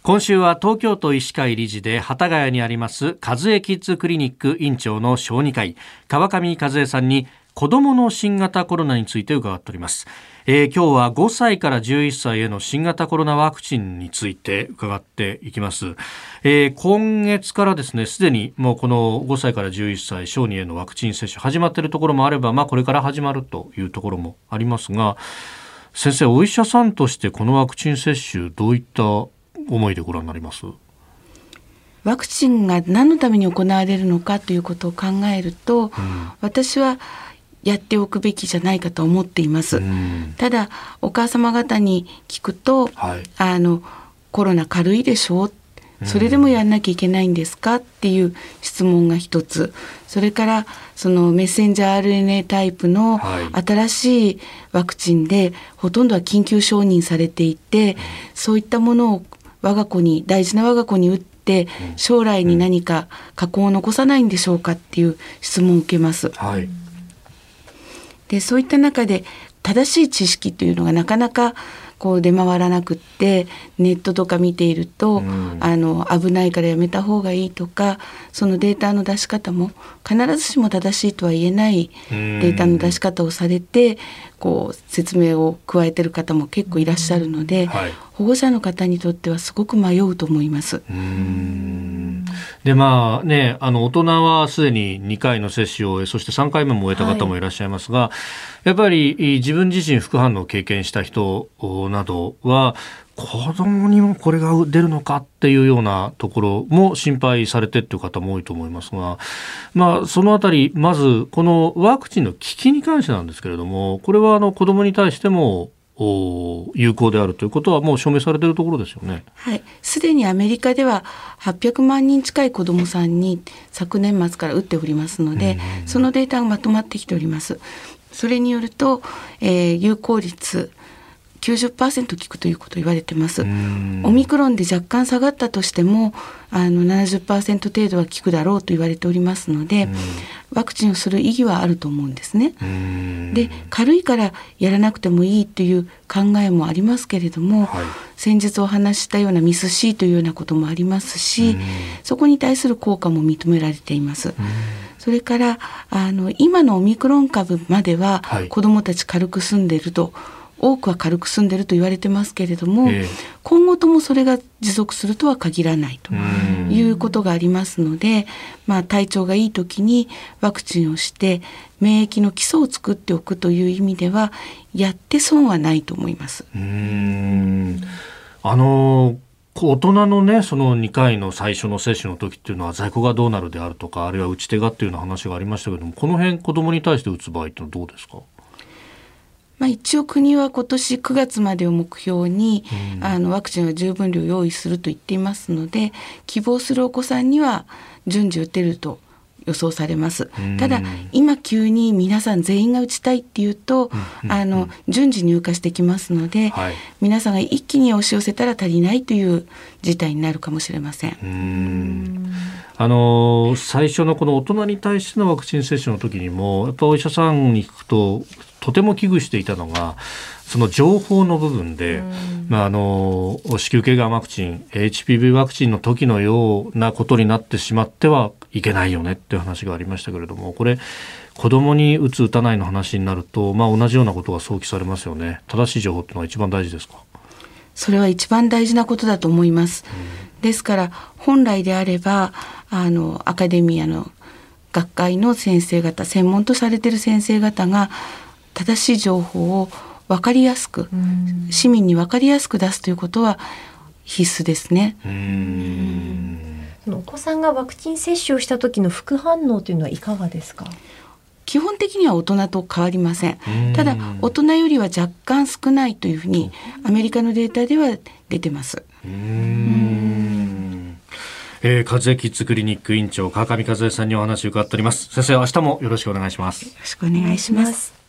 今週は東京都医師会理事で幡ヶ谷にあります和江キッズクリニック院長の小児科医川上和江さんに子どもの新型コロナについて伺っております。今日は5歳から11歳への新型コロナワクチンについて伺っていきます。今月からですね、すでにもうこの5歳から11歳小児へのワクチン接種始まっているところもあれば、これから始まるというところもありますが、先生、お医者さんとしてこのワクチン接種どういった思いでご覧になります？ ワクチンが何のために行われるのかということを考えると、私はやっておくべきじゃないかと思っています。ただお母様方に聞くと、コロナ軽いでしょう、それでもやんなきゃいけないんですかっていう質問が一つ、それからそのメッセンジャー RNA タイプの新しいワクチンでほとんどは緊急承認されていて、そういったものを大事な我が子に打って将来に何か禍根を残さないんでしょうかっていう質問を受けます。でそういった中で正しい知識というのがなかなか出回らなくって、ネットとか見ていると、危ないからやめた方がいいとか、そのデータの出し方も必ずしも正しいとは言えないデータの出し方をされて説明を加えている方も結構いらっしゃるので、保護者の方にとってはすごく迷うと思います。 で大人はすでに2回の接種を終え、そして3回目も終えた方もいらっしゃいますが、やっぱり自分自身副反応を経験した人などは子供にもこれが出るのかっていうようなところも心配されてっていう方も多いと思いますが、そのあたり、まずこのワクチンの効きに関してなんですけれども、これは子供に対しても有効であるということはもう証明されているところですよね。 すでにアメリカでは800万人近い子どもさんに昨年末から打っておりますので、そのデータがまとまってきております。それによると、有効率90% 効くということを言われています。オミクロンで若干下がったとしても70% 程度は効くだろうと言われておりますので、ワクチンをする意義はあると思うんですね。で軽いからやらなくてもいいという考えもありますけれども、先日お話ししたようなミス C というようなこともありますし、そこに対する効果も認められています。それから今のオミクロン株までは子どもたち軽く済んでいると、多くは軽く済んでいると言われてますけれども、今後ともそれが持続するとは限らないということがありますので、体調がいい時にワクチンをして免疫の基礎を作っておくという意味ではやって損はないと思います。 大人のね、その2回の最初の接種の時っていうのは在庫がどうなるであるとか、あるいは打ち手がっていうような話がありましたけども、この辺子どもに対して打つ場合っていうのはどうですか？ 一応国は今年9月までを目標に、ワクチンは十分量用意すると言っていますので、希望するお子さんには順次打てると予想されます。ただ今急に皆さん全員が打ちたいっていうと、順次入荷してきますので、皆さんが一気に押し寄せたら足りないという事態になるかもしれません。 最初のこの大人に対してのワクチン接種の時にも、やっぱお医者さんに聞くととても危惧していたのがその情報の部分で、子宮頸がんワクチン HPV ワクチンの時のようなことになってしまってはいけないよねっていう話がありましたけれども、これ子供に打つ打たないの話になると、同じようなことが想起されますよね。正しい情報っていうのは一番大事ですか？ それは一番大事なことだと思います。ですから本来であればアカデミアの学会の先生方、専門とされている先生方が正しい情報を分かりやすく、市民に分かりやすく出すということは必須ですね。 お子さんがワクチン接種をした時の副反応というのはいかがですか？ 基本的には大人と変わりません。ただ大人よりは若干少ないというふうにアメリカのデータでは出てます。 和江キッズクリニック院長川上和江さんにお話を伺っております。先生、明日もよろしくお願いします。 よろしくお願いします。